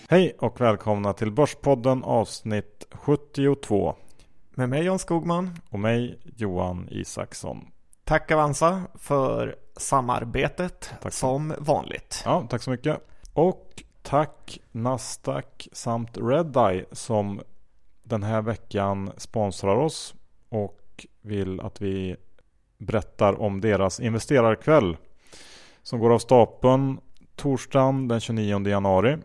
Hej och välkomna till Börspodden avsnitt 72. Med mig Jan Skogman. Och mig Johan Isaksson. Tack Avanza för samarbetet som vanligt. Ja, tack så mycket. Och tack Nasdaq samt Redeye som den här veckan sponsrar oss och vill att vi berättar om deras investerarkväll som går av stapeln torsdagen den 29 januari.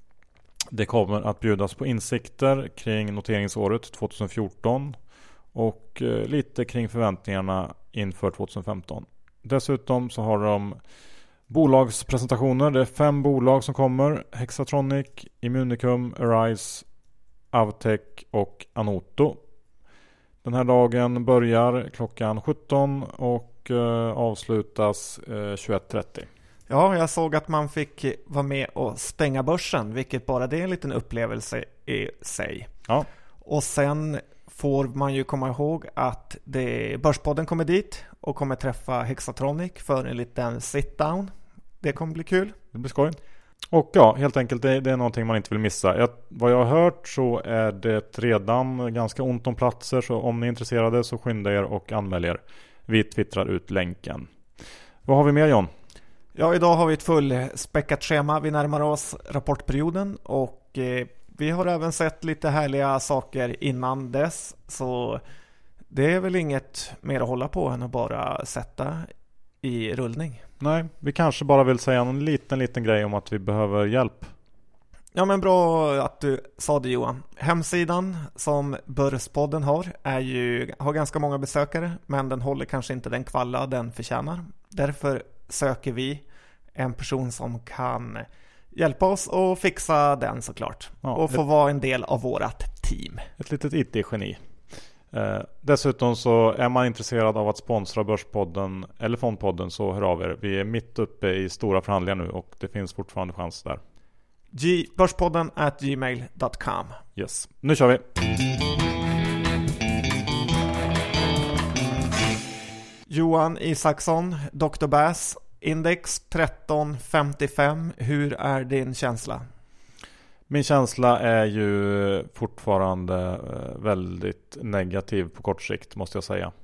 Det kommer att bjudas på insikter kring noteringsåret 2014 och lite kring förväntningarna inför 2015. Dessutom så har de bolagspresentationer. Det är 5 bolag som kommer. Hexatronic, Immunicum, Arise, Avtech och Anoto. Den här dagen börjar klockan 17 och avslutas 21.30. Ja, jag såg att man fick vara med och stänga börsen, vilket bara det är en liten upplevelse i sig. Ja. Och sen får man ju komma ihåg att Börspodden kommer dit och kommer träffa Hexatronic för en liten sit-down. Det kommer bli kul. Det blir skoj. Och ja, helt enkelt det är någonting man inte vill missa. Vad jag har hört så är det redan ganska ont om platser, så om ni är intresserade så skynda er och anmäl er. Vi twittrar ut länken. Vad har vi med, John? Ja, idag har vi ett fullspäckat schema. Vi närmar oss rapportperioden och vi har även sett lite härliga saker innan dess. Så det är väl inget mer att hålla på än att bara sätta i rullning. Nej, vi kanske bara vill säga en liten grej om att vi behöver hjälp. Ja, men bra att du sa det, Johan. Hemsidan som Börspodden har ganska många besökare, men den håller kanske inte den kvalla den förtjänar. Därför söker vi en person som kan hjälpa oss och fixa den såklart. Ja, och få vara en del av vårat team. Ett litet IT-geni. Dessutom så är man intresserad av att sponsra Börspodden eller Fondpodden, så hör av er. Vi är mitt uppe i stora förhandlingar nu och det finns fortfarande chans där. Börspodden@gmail.com. Yes, nu kör vi. Johan Isaksson, Dr. Bass, index 1355. Hur är din känsla? Min känsla är ju fortfarande väldigt negativ på kort sikt, måste jag säga.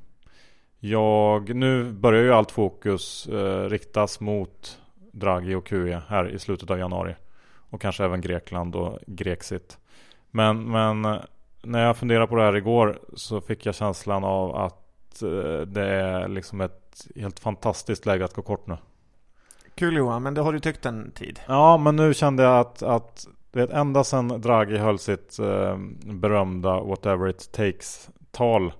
Nu börjar ju allt fokus riktas mot Draghi och QE här i slutet av januari. Och kanske även Grekland och Grexit. Men när jag funderade på det här igår så fick jag känslan av att det är liksom ett helt fantastiskt läge att gå kort nu. Kul, Johan, men det har du tyckt en tid. Ja, men nu kände jag att det ända sedan Draghi höll sitt berömda whatever it takes tal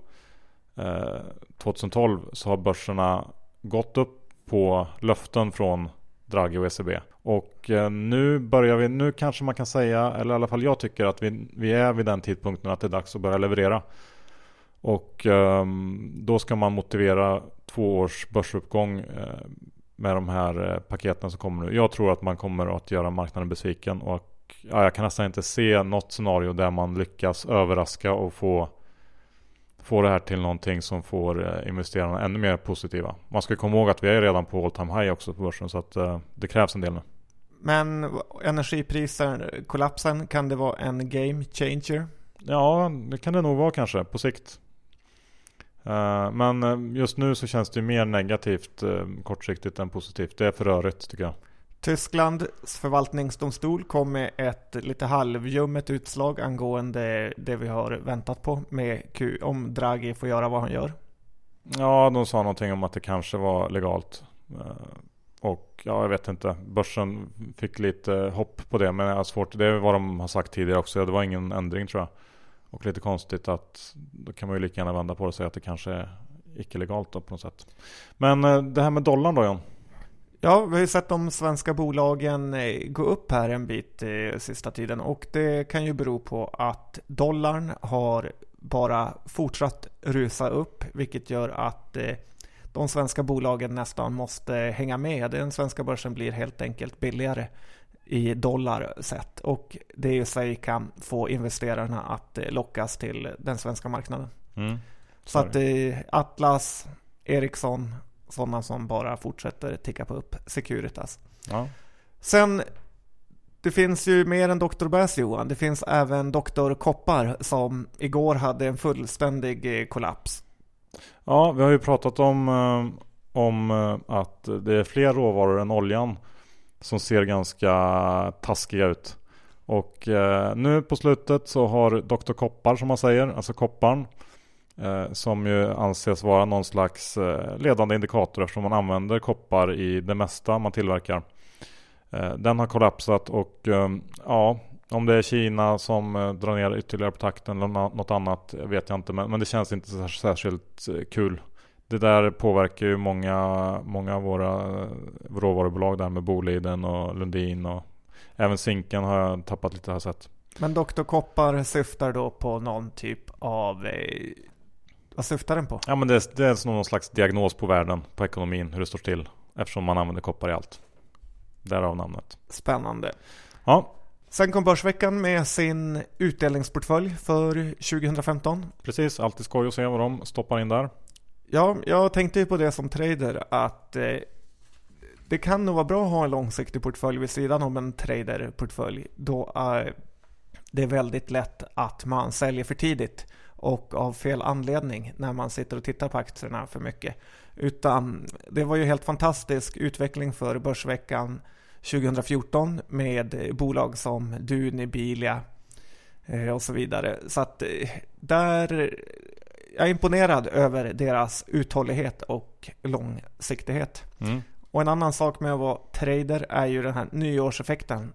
2012 så har börserna gått upp på löften från Draghi och ECB. Och nu kanske man kan säga, eller i alla fall jag tycker att vi är vid den tidpunkten att det är dags att börja leverera. Och då ska man motivera 2 års börsuppgång med de här paketen som kommer nu. Jag tror att man kommer att göra marknaden besviken och jag kan nästan inte se något scenario där man lyckas överraska och få det här till någonting som får investerarna ännu mer positiva. Man ska komma ihåg att vi är redan på all time high också på börsen, så att det krävs en del nu. Men energipriser, kollapsen, kan det vara en game changer? Ja, det kan det nog vara kanske på sikt. Men just nu så känns det mer negativt kortsiktigt än positivt. Det är för rörigt tycker jag. Tysklands förvaltningsdomstol kom med ett lite halvljummet utslag angående det vi har väntat på med om Draghi får göra vad han gör. Ja, de sa någonting om att det kanske var legalt. Och ja, jag vet inte. Börsen fick lite hopp på det, men det är svårt. Det är vad de har sagt tidigare också. Det var ingen ändring tror jag. Och lite konstigt att då kan man ju lika gärna vända på det och säga att det kanske är icke-legalt då på något sätt. Men det här med dollarn då, Jan? Ja, vi har ju sett de svenska bolagen gå upp här en bit sista tiden och det kan ju bero på att dollarn har bara fortsatt rusa upp, vilket gör att de svenska bolagen nästan måste hänga med. Den svenska börsen blir helt enkelt billigare i dollar sett och det i sig kan få investerarna att lockas till den svenska marknaden. Så att Atlas, Ericsson, sådana som bara fortsätter ticka på upp, Securitas. Ja. Sen Det finns ju mer än Dr. Bass, Johan. Det finns även Dr. Koppar som igår hade en fullständig kollaps. Ja, vi har ju pratat om att det är fler råvaror än oljan som ser ganska taskiga ut. Och nu på slutet så har Dr. Koppar, som man säger, alltså kopparn, som ju anses vara någon slags ledande indikator eftersom man använder koppar i det mesta man tillverkar. Den har kollapsat och ja, om det är Kina som drar ner ytterligare på takten eller något annat vet jag inte, men det känns inte särskilt kul. Det där påverkar ju många av våra råvarubolag där med Boliden och Lundin, och även Zinken har jag tappat lite, här sett. Men Dr. Koppar syftar då på någon typ av... Vad syftar den på? Ja, men det är någon slags diagnos på världen, på ekonomin, hur det står till, eftersom man använder koppar i allt. Därav namnet. Spännande. Ja. Sen kom Börsveckan med sin utdelningsportfölj för 2015. Precis, alltid skoj att se vad de stoppar in där. Ja, jag tänkte ju på det som trader att det kan nog vara bra att ha en långsiktig portfölj vid sidan om en traderportfölj. Då det är väldigt lätt att man säljer för tidigt och av fel anledning när man sitter och tittar på aktierna för mycket. Utan det var ju helt fantastisk utveckling för Börsveckan 2014 med bolag som Duni, Bilia och så vidare. Så att där jag är imponerad över deras uthållighet och långsiktighet. Mm. Och en annan sak med att vara trader är ju den här nyårseffekten,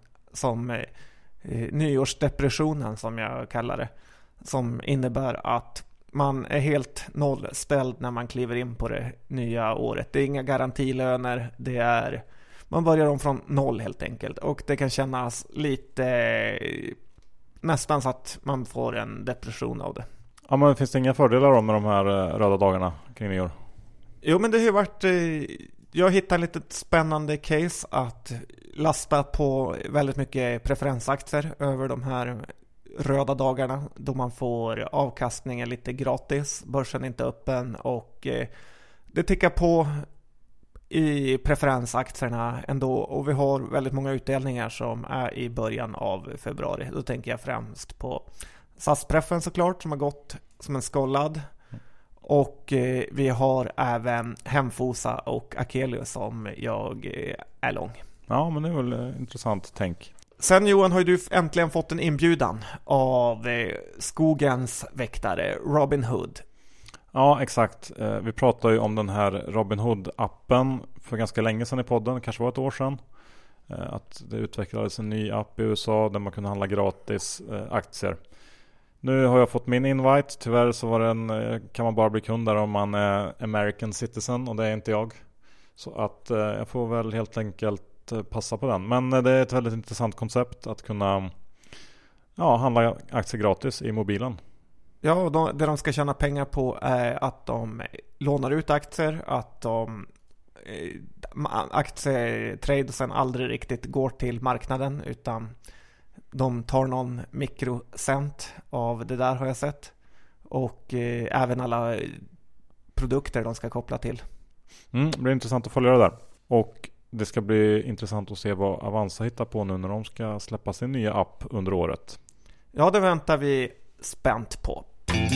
nyårsdepressionen som jag kallar det. Som innebär att man är helt nollställd när man kliver in på det nya året. Det är inga garantilöner, man börjar om från noll helt enkelt. Och det kan kännas lite nästan så att man får en depression av det. Ja, men finns det inga fördelar då med de här röda dagarna kring nyår? Jo, men det har ju varit... Jag hittade lite spännande case att lasta på väldigt mycket preferensaktier över de här röda dagarna då man får avkastningen lite gratis. Börsen är inte öppen och det tickar på i preferensaktierna ändå, och vi har väldigt många utdelningar som är i början av februari. Då tänker jag främst på SAS-preffen såklart som har gått som en skållad. Och vi har även Hemfosa och Akelius som jag är lång. Ja, men det är väl intressant tänk. Sen Johan har ju du äntligen fått en inbjudan av skogens väktare Robin Hood. Ja, exakt. Vi pratade ju om den här Robin Hood-appen för ganska länge sedan i podden, kanske var ett år sedan. Att det utvecklades en ny app i USA där man kunde handla gratis aktier. Nu har jag fått min invite. Tyvärr så kan man bara bli kund där om man är American citizen, och det är inte jag. Så att jag får väl helt enkelt passa på den. Men det är ett väldigt intressant koncept att kunna handla aktier gratis i mobilen. Ja, det de ska tjäna pengar på är att de lånar ut aktier, att aktietradesen aldrig riktigt går till marknaden utan de tar någon mikrocent av det där, har jag sett. Och även alla produkter de ska koppla till. Det blir intressant att följa det där. Och det ska bli intressant att se vad Avanza hittar på nu när de ska släppa sin nya app under året. Ja, det väntar vi spänt på.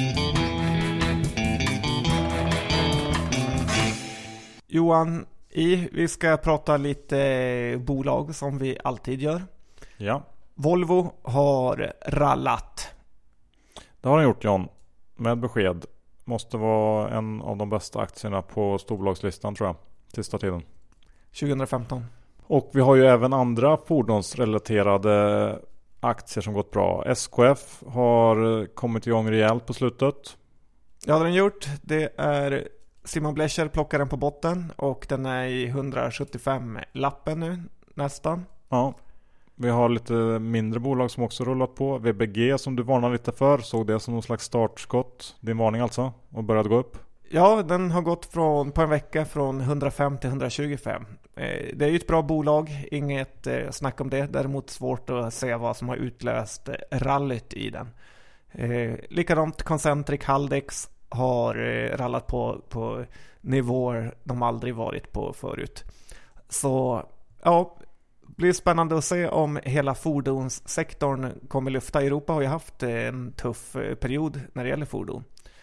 Johan, vi ska prata lite bolag som vi alltid gör. Ja. Volvo har rallat. Det har den gjort, John. Med besked. Måste vara en av de bästa aktierna på storbolagslistan, tror jag. Sista tiden. 2015. Och vi har ju även andra fordonsrelaterade aktier som gått bra. SKF har kommit igång rejält på slutet. Ja, det har den gjort. Det är Simon Blecher plockar den på botten och den är i 175-lappen nu nästan. Ja. Vi har lite mindre bolag som också rullat på. VBG som du varnade lite för, såg det som någon slags startskott. Din varning alltså, och började gå upp. Ja, den har gått på en vecka från 105 till 125. Det är ju ett bra bolag, inget snack om det. Däremot svårt att se vad som har utlöst rallyt i den. Likadant Concentric Haldex har rallat på nivåer de aldrig varit på förut. Så ja, Det blir spännande att se om hela fordonssektorn kommer lyfta. Europa har ju haft en tuff period när det gäller fordon.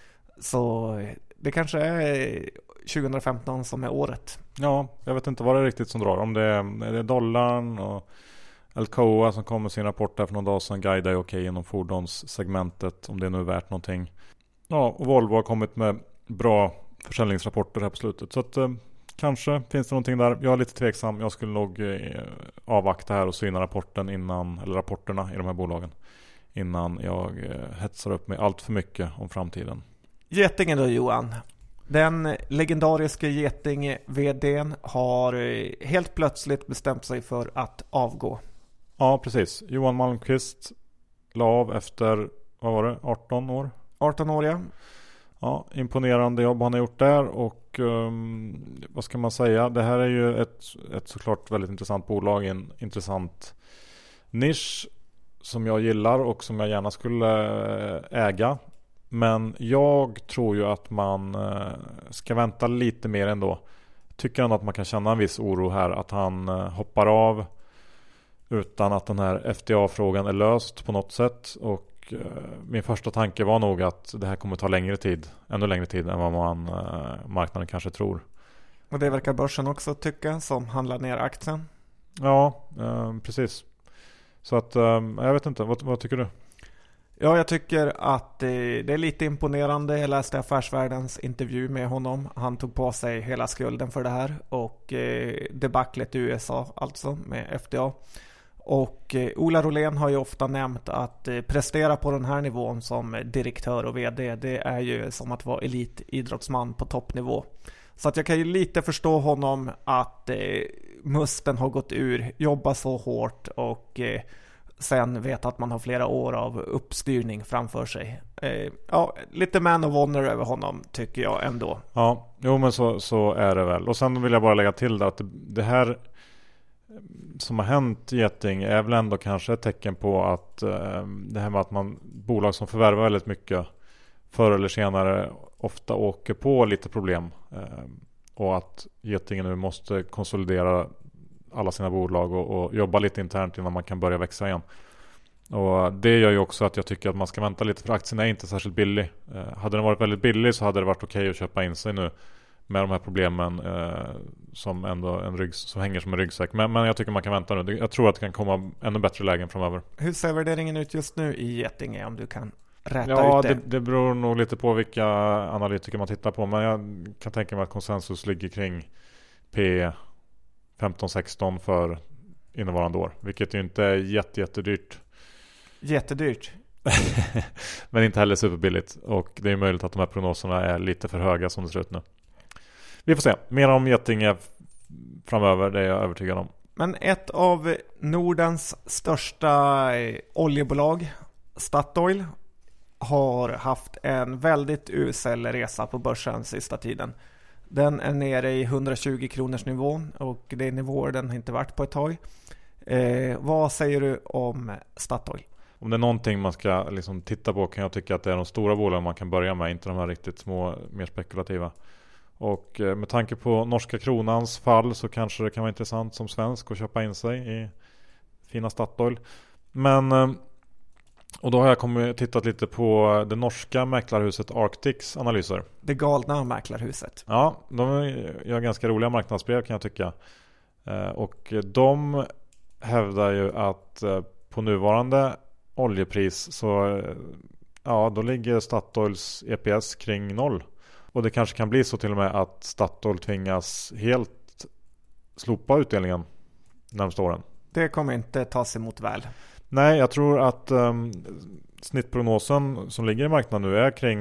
Så det kanske är 2015 som är året. Ja, jag vet inte vad det är riktigt som drar. Om det är dollarn och Alcoa som kom med sin rapport där för någon dag sedan, guidar ju okej inom fordonssegmentet, om det nu är värt någonting. Ja, och Volvo har kommit med bra försäljningsrapporter här på slutet. Så att kanske finns det någonting där. Jag är lite tveksam. Jag skulle nog avvakta här och syna rapporterna i de här bolagen innan jag hetsar upp mig allt för mycket om framtiden. Getinge då, Johan. Den legendariska Getinge-vdn har helt plötsligt bestämt sig för att avgå. Ja, precis. Johan Malmqvist la av efter, 18 år? 18 år, ja. Ja, imponerande jobb han har gjort där och vad ska man säga? Det här är ju ett såklart väldigt intressant bolag, en intressant nisch som jag gillar och som jag gärna skulle äga. Men jag tror ju att man ska vänta lite mer ändå. Tycker ändå att man kan känna en viss oro här att han hoppar av utan att den här FDA-frågan är löst på något sätt. Och min första tanke var nog att det här kommer ta ännu längre tid än vad marknaden kanske tror. Och det verkar börsen också tycka, som handlar ner aktien. Ja, precis. Så att jag vet inte, vad tycker du? Ja, jag tycker att det är lite imponerande. Jag läste Affärsvärldens intervju med honom. Han tog på sig hela skulden för det här och debaclet i USA alltså med FDA. Och Ola Rolén har ju ofta nämnt att prestera på den här nivån som direktör och vd, det är ju som att vara elitidrottsman på toppnivå. Så att jag kan ju lite förstå honom att musten har gått ur, jobba så hårt och sen vet att man har flera år av uppstyrning framför sig. Ja, lite man of honor över honom tycker jag ändå. Ja, jo men så är det väl. Och sen vill jag bara lägga till att det här som har hänt i Geting är väl ändå kanske ett tecken på att det här med att bolag som förvärvar väldigt mycket förr eller senare ofta åker på lite problem. Och att Geting nu måste konsolidera alla sina bolag och jobba lite internt innan man kan börja växa igen. Och det gör ju också att jag tycker att man ska vänta lite, för aktien är inte särskilt billig. Hade den varit väldigt billig så hade det varit okej att köpa in sig nu med de här problemen som ändå som hänger som en ryggsäck. Men jag tycker man kan vänta nu. Jag tror att det kan komma ännu bättre lägen framöver. Hur ser värderingen ut just nu i Getinge, om du kan rätta ja, ut det? Det beror nog lite på vilka analytiker man tittar på. Men jag kan tänka mig att konsensus ligger kring P 15-16 för innevarande år. Vilket ju inte är jättedyrt. Jättedyrt. Men inte heller superbilligt. Och det är möjligt att de här prognoserna är lite för höga som det ser ut nu. Vi får se. Mer om Getinge framöver, det är jag övertygad om. Men ett av Nordens största oljebolag, Statoil, har haft en väldigt usel resa på börsen sista tiden. Den är nere i 120 kronors nivån och det är nivåer den har inte varit på ett tag. Vad säger du om Statoil? Om det är någonting man ska liksom titta på kan jag tycka att det är de stora bolagen man kan börja med, inte de här riktigt små, mer spekulativa. Och med tanke på norska kronans fall så kanske det kan vara intressant som svensk att köpa in sig i fina Statoil. Men och då har jag tittat lite på det norska mäklarhuset Arctics analyser. Det galna mäklarhuset. Ja, de gör ganska roliga marknadsbrev kan jag tycka. Och de hävdar ju att på nuvarande oljepris så ja, då ligger Statoils EPS kring 0. Och det kanske kan bli så till och med att Statoil tvingas helt slopa utdelningen närmaste åren. Det kommer inte tas emot väl. Nej, jag tror att snittprognosen som ligger i marknaden nu är kring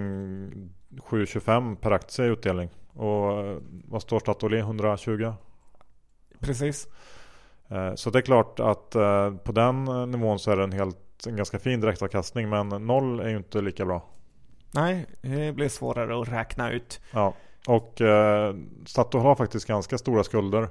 7,25 per aktie i utdelning. Och vad står Statoil i? 120? Precis. Så det är klart att på den nivån så är det en ganska fin direktavkastning, men 0 är ju inte lika bra. Nej, det blir svårare att räkna ut. Ja, och Statoil har faktiskt ganska stora skulder.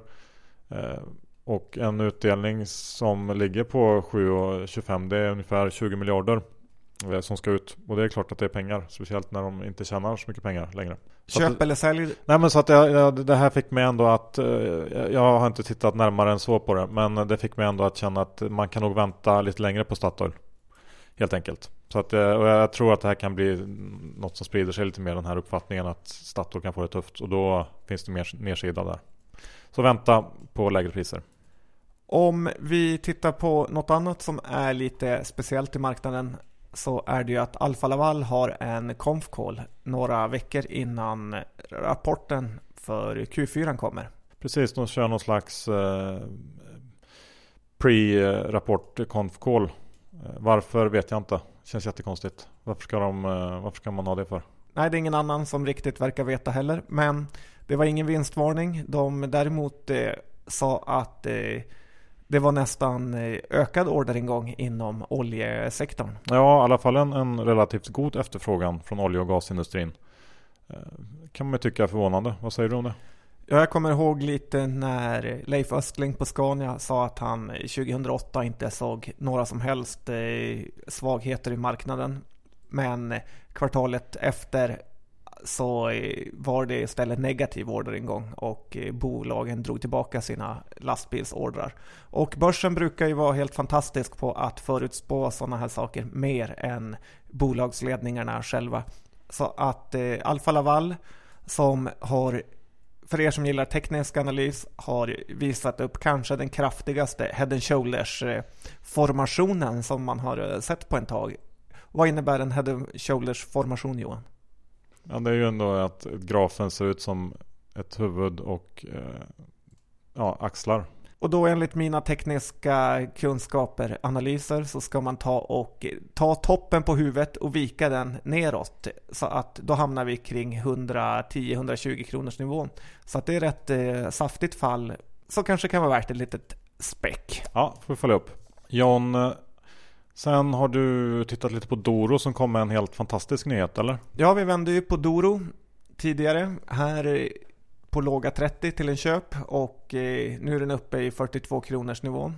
Och en utdelning som ligger på 7,25, det är ungefär 20 miljarder. som ska ut. Och det är klart att det är pengar, speciellt när de inte tjänar så mycket pengar längre. Köp eller sälj? Nej, men så att det här fick mig ändå att jag har inte tittat närmare än så på det, men det fick mig ändå att känna att man kan nog vänta lite längre på Statoil, helt enkelt. Så att, och jag tror att det här kan bli något som sprider sig lite mer, den här uppfattningen att Statoil kan få det tufft, och då finns det mer nedsida där. Så vänta på lägre priser. Om vi tittar på något annat som är lite speciellt i marknaden, så är det ju att Alfa Laval har en conf call några veckor innan rapporten för Q4 kommer. Precis, de kör någon slags pre-rapport conf call. Varför vet jag inte. Känns jättekonstigt. Varför ska man ha det för? Nej, det är ingen annan som riktigt verkar veta heller. Men det var ingen vinstvarning. De däremot sa att det var nästan ökad orderingång inom oljesektorn. Ja, i alla fall en relativt god efterfrågan från olje- och gasindustrin. Kan man tycka är förvånande. Vad säger du om det? Ja, jag kommer ihåg lite när Leif Östling på Scania sa att han 2008 inte såg några som helst svagheter i marknaden. Men kvartalet efter så var det istället negativ orderingång och bolagen drog tillbaka sina lastbilsordrar. Och börsen brukar ju vara helt fantastisk på att förutspå sådana här saker mer än bolagsledningarna själva. Så att Alfa Laval, som har, för er som gillar teknisk analys, har visat upp kanske den kraftigaste Head and Shoulders formationen som man har sett på en tag. Vad innebär en Head and Shoulders formation, Johan? Ja, det är ju ändå att grafen ser ut som ett huvud och axlar. Och då enligt mina tekniska kunskaper, analyser, så ska man ta toppen på huvudet och vika den neråt. Så att då hamnar vi kring 110-120 kronors nivån. Så att det är rätt saftigt fall. Så kanske kan vara värt ett litet späck. Ja, får vi följa upp. John, sen har du tittat lite på Doro som kom med en helt fantastisk nyhet, eller? Ja, vi vände ju på Doro tidigare. Här på låga 30 till en köp, och nu är den uppe i 42 kronors nivån.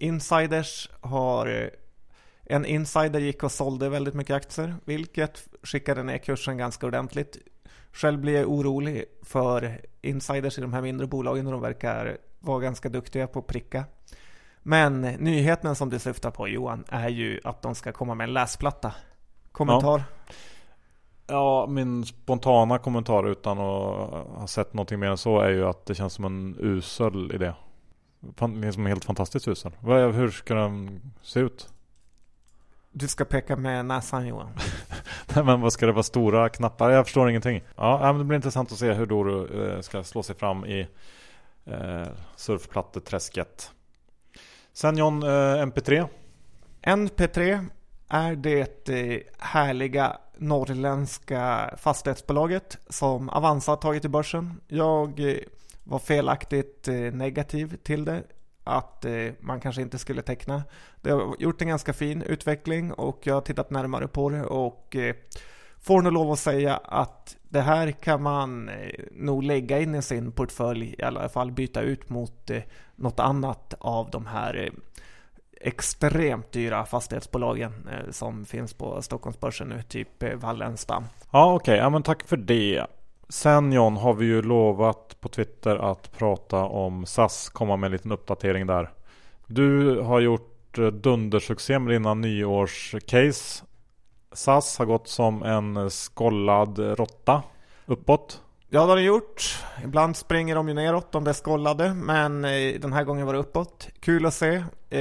En insider gick och sålde väldigt mycket aktier, vilket skickade ner kursen ganska ordentligt. Själv blir jag orolig för insiders i de här mindre bolagen, och de verkar vara ganska duktiga på att pricka. Men nyheten som du syftar på, Johan, är ju att de ska komma med en läsplatta. Kommentar? Ja, min spontana kommentar utan att ha sett någonting mer än så är ju att det känns som en usel idé. Det är som en helt fantastiskt usel. Hur ska den se ut? Du ska peka med näsan, Johan. Nej, men vad ska det vara, stora knappar? Jag förstår ingenting. Ja, men det blir intressant att se hur Doro ska slå sig fram i surfplatteträsket. Sen John, MP3. MP3 är det härliga norrländska fastighetsbolaget som Avanza har tagit i börsen. Jag var felaktigt negativ till det, att man kanske inte skulle teckna. Det har gjort en ganska fin utveckling och jag har tittat närmare på det och får nog lov att säga att det här kan man nog lägga in i sin portfölj, i alla fall byta ut mot något annat av de här extremt dyra fastighetsbolagen som finns på Stockholmsbörsen nu, typ Wallenstam. Ja, okej. Ja, men tack för det. Sen John har vi ju lovat på Twitter att prata om SAS, komma med en liten uppdatering där. Du har gjort dundersuccé med dina nyårscase. SAS har gått som en skollad råtta uppåt. Ja, det har det gjort. Ibland springer de ju neråt, de där skollade, men den här gången var det uppåt. Kul att se.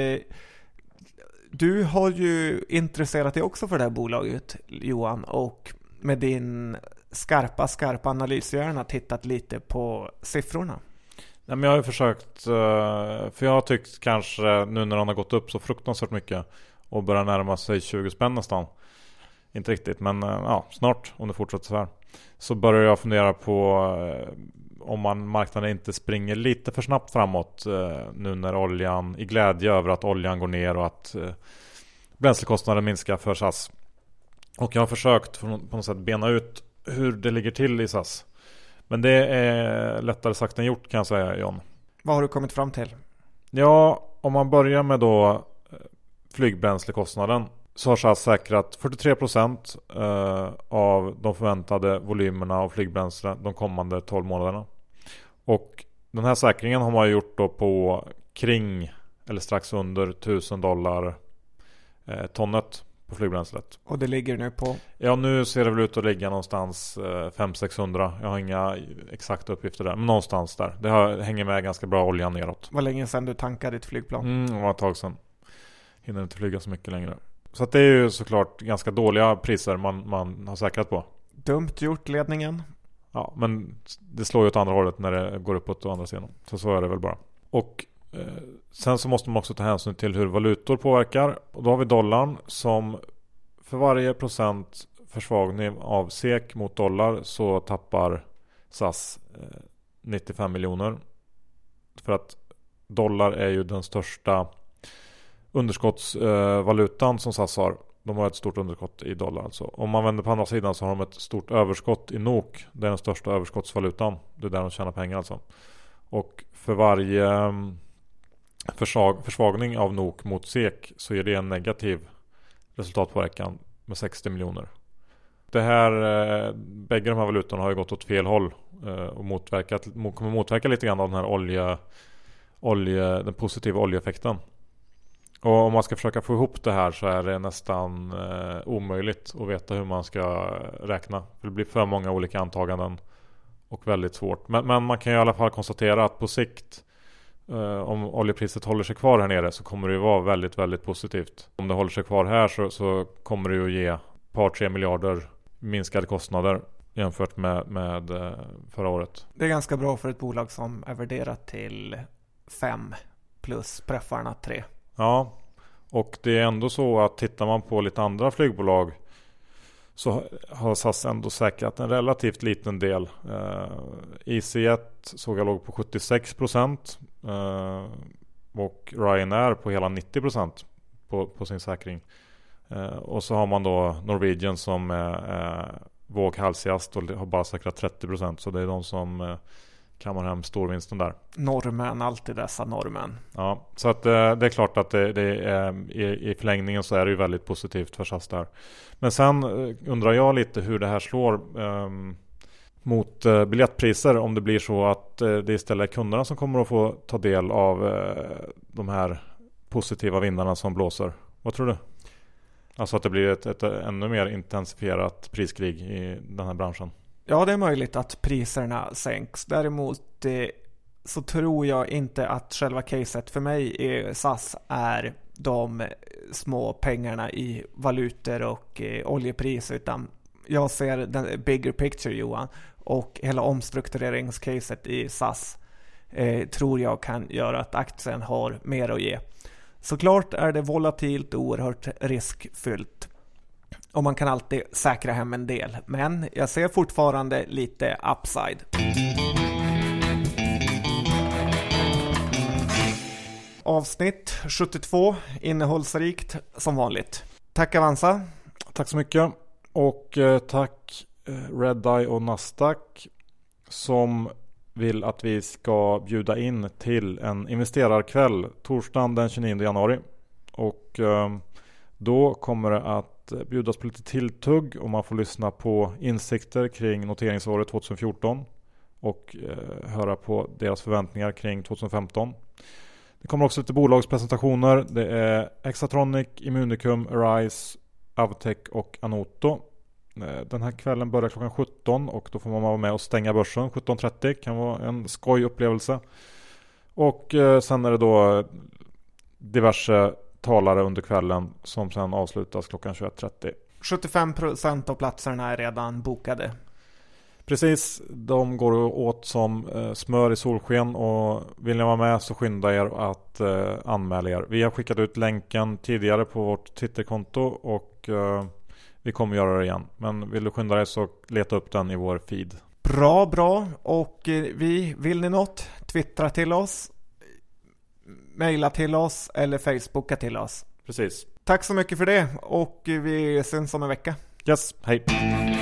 Du har ju intresserat dig också för det här bolaget, Johan, och med din skarpa analyshjärna tittat lite på siffrorna. Nej, men jag har ju försökt, för jag har tyckt kanske nu när de har gått upp så fruktansvärt mycket och börjar närma sig 20 spänn nästan. Inte riktigt, men ja, snart om det fortsätter så här. Så börjar jag fundera på om marknaden inte springer lite för snabbt framåt nu när oljan, i glädje över att oljan går ner och att bränslekostnaden minskar för SAS. Och jag har försökt på något sätt bena ut hur det ligger till i SAS. Men det är lättare sagt än gjort, kan jag säga, John. Vad har du kommit fram till? Ja, om man börjar med då flygbränslekostnaden, så har SAS säkrat 43% av de förväntade volymerna av flygbränsle de kommande 12 månaderna. Och den här säkringen har man gjort då på kring eller strax under $1,000 tonnet på flygbränslet. Och det ligger nu på? Ja, nu ser det väl ut att ligga någonstans 500-600. Jag har inga exakta uppgifter där, men någonstans där. Det hänger med ganska bra olja neråt. Vad länge sedan du tankade ditt flygplan? Det var ett tag sedan. Hinner inte flyga så mycket längre. Så att det är ju såklart ganska dåliga priser man har säkrat på. Dumt gjort, ledningen. Ja, men det slår ju åt andra hållet när det går uppåt å andra sidan. Så är det väl bara. Och sen så måste man också ta hänsyn till hur valutor påverkar. Och då har vi dollarn som för varje procent försvagning av SEK mot dollar så tappar SAS 95 miljoner. För att dollar är ju den största underskottsvalutan som SAS har. De har ett stort underskott i dollar alltså. Om man vänder på andra sidan så har de ett stort överskott i NOK. Det är den största överskottsvalutan. Det är där de tjänar pengar alltså. Och för varje försvagning av NOK mot SEK så är det en negativ resultatpåverkan med 60 miljoner. Det här, bägge de här valutorna har ju gått åt fel håll och kommer motverka lite grann av den här den positiva oljeeffekten. Och om man ska försöka få ihop det här så är det nästan omöjligt att veta hur man ska räkna. För det blir för många olika antaganden och väldigt svårt. Men man kan ju i alla fall konstatera att på sikt om oljepriset håller sig kvar här nere så kommer det ju vara väldigt, väldigt positivt. Om det håller sig kvar här så kommer det ju ge ett par 3 miljarder minskade kostnader jämfört med förra året. Det är ganska bra för ett bolag som är värderat till 5 plus preffarna 3. Ja, och det är ändå så att tittar man på lite andra flygbolag så har SAS ändå säkrat en relativt liten del. EasyJet såg jag låg på 76% och Ryanair på hela 90% på sin säkring. Och så har man då Norwegian som är våghalsigast och har bara säkrat 30%. Så det är de som kammar hem storvinsten där. Norrmän, alltid dessa norrmän. Ja, så att det är klart att det är, i förlängningen så är det ju väldigt positivt för SAS där. Men sen undrar jag lite hur det här slår mot biljettpriser, om det blir så att det istället är kunderna som kommer att få ta del av de här positiva vindarna som blåser. Vad tror du? Alltså att det blir ett ännu mer intensifierat priskrig i den här branschen. Ja, det är möjligt att priserna sänks. Däremot så tror jag inte att själva caset för mig i SAS är de små pengarna i valutor och oljepris, utan jag ser den bigger picture, Johan, och hela omstruktureringscaset i SAS tror jag kan göra att aktien har mer att ge. Såklart är det volatilt och oerhört riskfyllt. Och man kan alltid säkra hem en del. Men jag ser fortfarande lite upside. Avsnitt 72. Innehållsrikt som vanligt. Tack Avanza. Tack så mycket. Och tack Redeye och Nasdaq som vill att vi ska bjuda in till en investerarkväll torsdagen den 29 januari. Och då kommer det att bjudas på lite tilltugg och man får lyssna på insikter kring noteringsåret 2014 och höra på deras förväntningar kring 2015. Det kommer också lite bolagspresentationer. Det är Hexatronic, Immunicum, Arise, Avtech och Anoto. Den här kvällen börjar klockan 17 och då får man vara med och stänga börsen 17.30. Kan vara en skojupplevelse. Och sen är det då diverse talare under kvällen som sen avslutas klockan 21.30. 75% av platserna är redan bokade. Precis, de går åt som smör i solsken och vill ni vara med så skynda er att anmäla er. Vi har skickat ut länken tidigare på vårt Twitterkonto och vi kommer göra det igen. Men vill du skynda dig så leta upp den i vår feed. Bra. Och vill ni något? Twittra till oss, mejla till oss eller Facebooka till oss. Precis. Tack så mycket för det och vi syns om en vecka. Yes, hej.